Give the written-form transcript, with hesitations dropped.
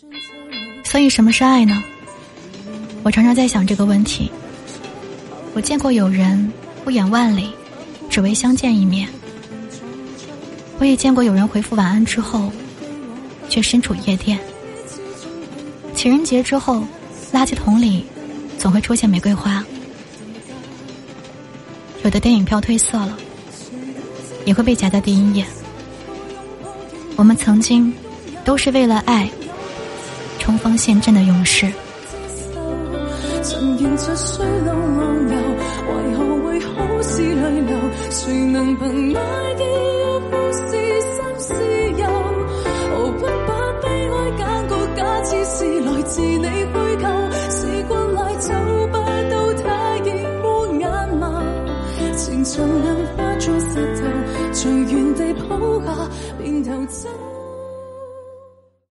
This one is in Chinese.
所以什么是爱呢？我常常在想这个问题。我见过有人不远万里，只为相见一面。我也见过有人回复晚安之后，却身处夜店。情人节之后，垃圾桶里总会出现玫瑰花。有的电影票褪色了，也会被夹在第一页。我们曾经都是为了爱冲锋陷阵的勇士。 曾沿着水浪浪游，为何会好似泪流？谁能凭爱记忆富士山私有？毫不把悲哀揀個假設是來自你虛構，時光奶走不到太熱污眼眸，情像硬化在石頭，隨原地抱下，便頭走。